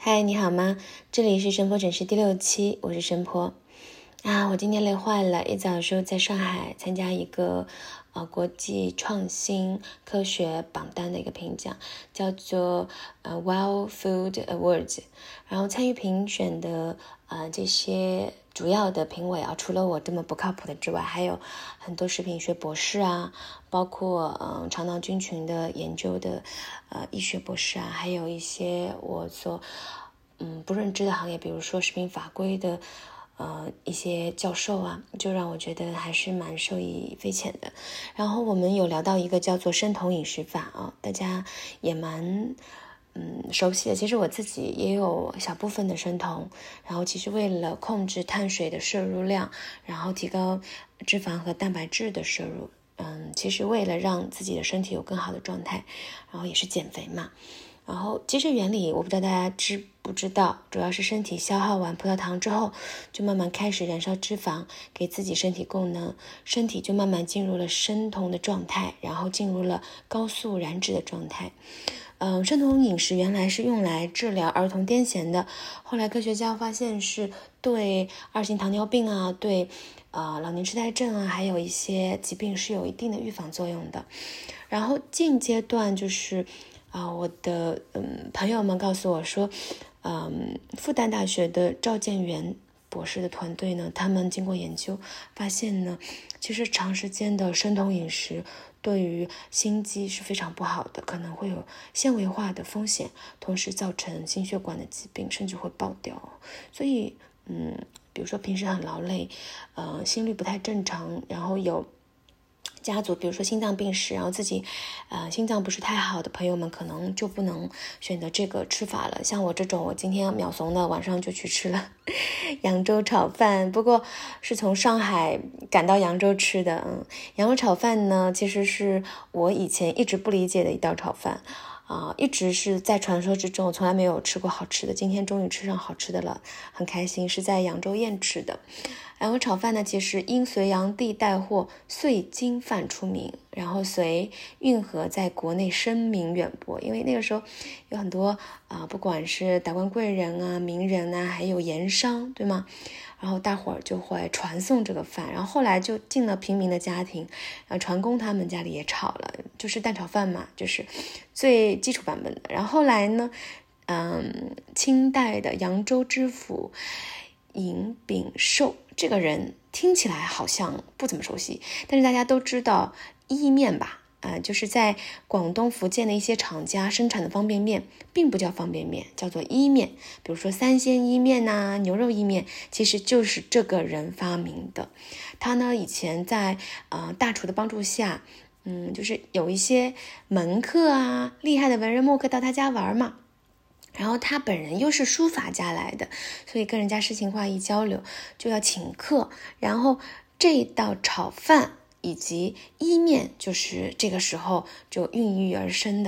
嗨，你好吗？这里是神婆诊室第6期，我是神婆。我今天累坏了，一早的时候在上海参加一个国际创新科学榜单的一个评奖，叫做Well Food Awards。然后参与评选的这些主要的评委除了我这么不靠谱的之外，还有很多食品学博士包括肠道菌群的研究的医学博士还有一些我所不认知的行业，比如说食品法规的一些教授就让我觉得还是蛮受益匪浅的。然后我们有聊到一个叫做生酮饮食法大家也蛮熟悉的。其实我自己也有小部分的生酮，然后其实为了控制碳水的摄入量，然后提高脂肪和蛋白质的摄入，其实为了让自己的身体有更好的状态，然后也是减肥嘛。然后其实原理我不知道大家知不知道，主要是身体消耗完葡萄糖之后，就慢慢开始燃烧脂肪，给自己身体供能，身体就慢慢进入了生酮的状态，然后进入了高速燃脂的状态。生酮饮食原来是用来治疗儿童癫痫的，后来科学家发现是对2型糖尿病对老年痴呆症还有一些疾病是有一定的预防作用的。然后近阶段就是我的朋友们告诉我说，复旦大学的赵建元博士的团队呢，他们经过研究发现呢，其实长时间的生酮饮食对于心肌是非常不好的，可能会有纤维化的风险，同时造成心血管的疾病，甚至会爆掉。所以比如说平时很劳累，心率不太正常，然后有家族比如说心脏病史，然后自己心脏不是太好的朋友们，可能就不能选择这个吃法了。像我这种，我今天秒怂的晚上就去吃了扬州炒饭，不过是从上海赶到扬州吃的。扬州炒饭呢，其实是我以前一直不理解的一道炒饭一直是在传说之中，我从来没有吃过好吃的，今天终于吃上好吃的了，很开心。是在扬州宴吃的。扬州炒饭呢，其实因隋炀帝带货碎金饭出名，然后随运河在国内声名远播。因为那个时候有很多不管是达官贵人名人还有盐商，对吗？然后大伙儿就会传送这个饭，然后后来就进了平民的家庭，船工他们家里也炒了，就是蛋炒饭嘛，就是最基础版本的。然后后来呢，清代的扬州知府尹秉寿这个人听起来好像不怎么熟悉，但是大家都知道意面吧？就是在广东福建的一些厂家生产的方便面并不叫方便面，叫做意面，比如说三鲜意面牛肉意面，其实就是这个人发明的。他呢以前在大厨的帮助下，就是有一些门客厉害的文人墨客到他家玩嘛，然后他本人又是书法家来的，所以跟人家诗情画意交流就要请客，然后这道炒饭以及意面就是这个时候就应运而生，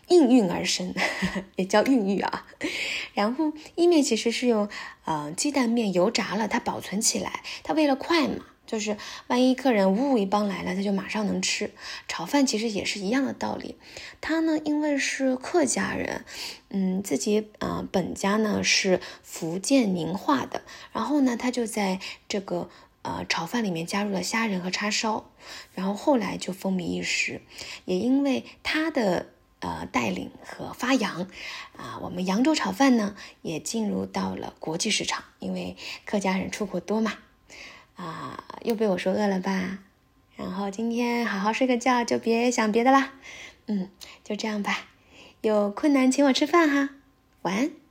也叫孕育然后意面其实是用鸡蛋面油炸了，它保存起来，它为了快嘛，就是万一客人一帮来了，他就马上能吃。炒饭其实也是一样的道理。他呢因为是客家人，自己本家呢是福建宁化的，然后呢他就在这个炒饭里面加入了虾仁和叉烧，然后后来就风靡一时。也因为他的带领和发扬我们扬州炒饭呢也进入到了国际市场，因为客家人出国多嘛。又被我说饿了吧？然后今天好好睡个觉，就别想别的啦。就这样吧，有困难请我吃饭哈，晚安。